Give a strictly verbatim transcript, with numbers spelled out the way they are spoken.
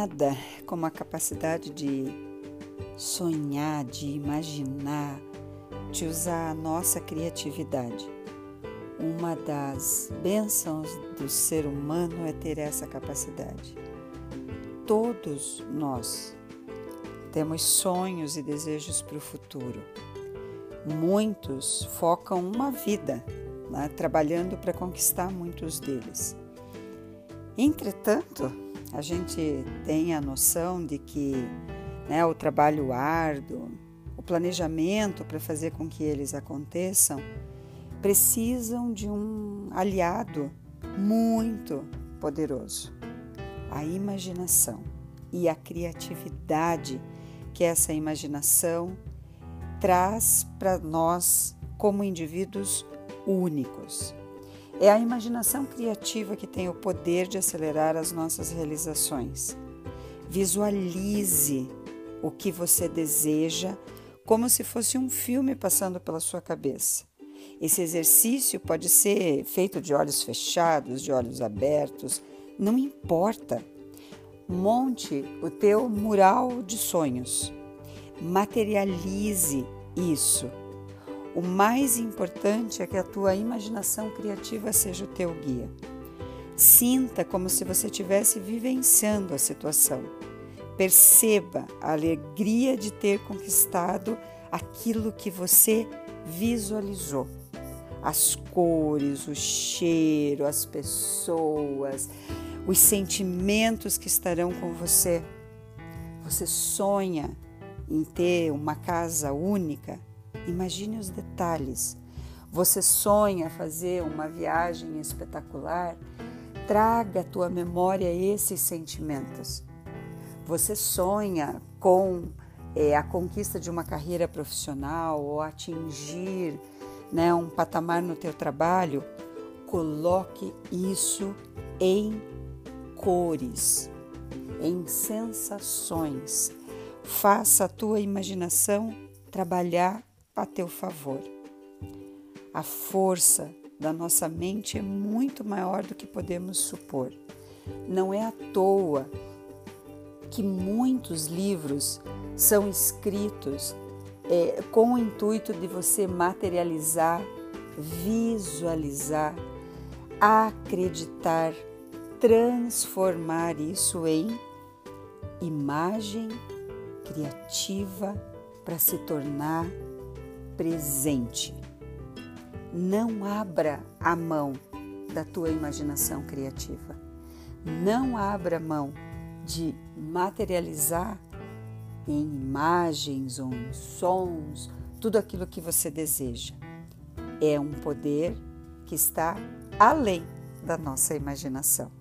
nada como a capacidade de sonhar, de imaginar, de usar a nossa criatividade. Uma das bênçãos do ser humano é ter essa capacidade. Todos nós temos sonhos e desejos para o futuro. Muitos focam uma vida, né, trabalhando para conquistar muitos deles. Entretanto, a gente tem a noção de que, né, o trabalho árduo, o planejamento para fazer com que eles aconteçam, precisam de um aliado muito poderoso, a imaginação e a criatividade que essa imaginação traz para nós como indivíduos únicos. É a imaginação criativa que tem o poder de acelerar as nossas realizações. Visualize o que você deseja como se fosse um filme passando pela sua cabeça. Esse exercício pode ser feito de olhos fechados, de olhos abertos, não importa. Monte o teu mural de sonhos. Materialize isso. O mais importante é que a tua imaginação criativa seja o teu guia. Sinta como se você estivesse vivenciando a situação. Perceba a alegria de ter conquistado aquilo que você visualizou. As cores, o cheiro, as pessoas, os sentimentos que estarão com você. Você sonha em ter uma casa única? Imagine os detalhes. Você sonha fazer uma viagem espetacular? Traga à tua memória esses sentimentos. Você sonha com é, a conquista de uma carreira profissional ou atingir, né, um patamar no teu trabalho? Coloque isso em cores, em sensações. Faça a tua imaginação trabalhar a teu favor. A força da nossa mente é muito maior do que podemos supor. Não é à toa que muitos livros são escritos é, com o intuito de você materializar, visualizar, acreditar, transformar isso em imagem criativa para se tornar presente. Não abra a mão da tua imaginação criativa. Não abra mão de materializar em imagens ou em sons tudo aquilo que você deseja. É um poder que está além da nossa imaginação.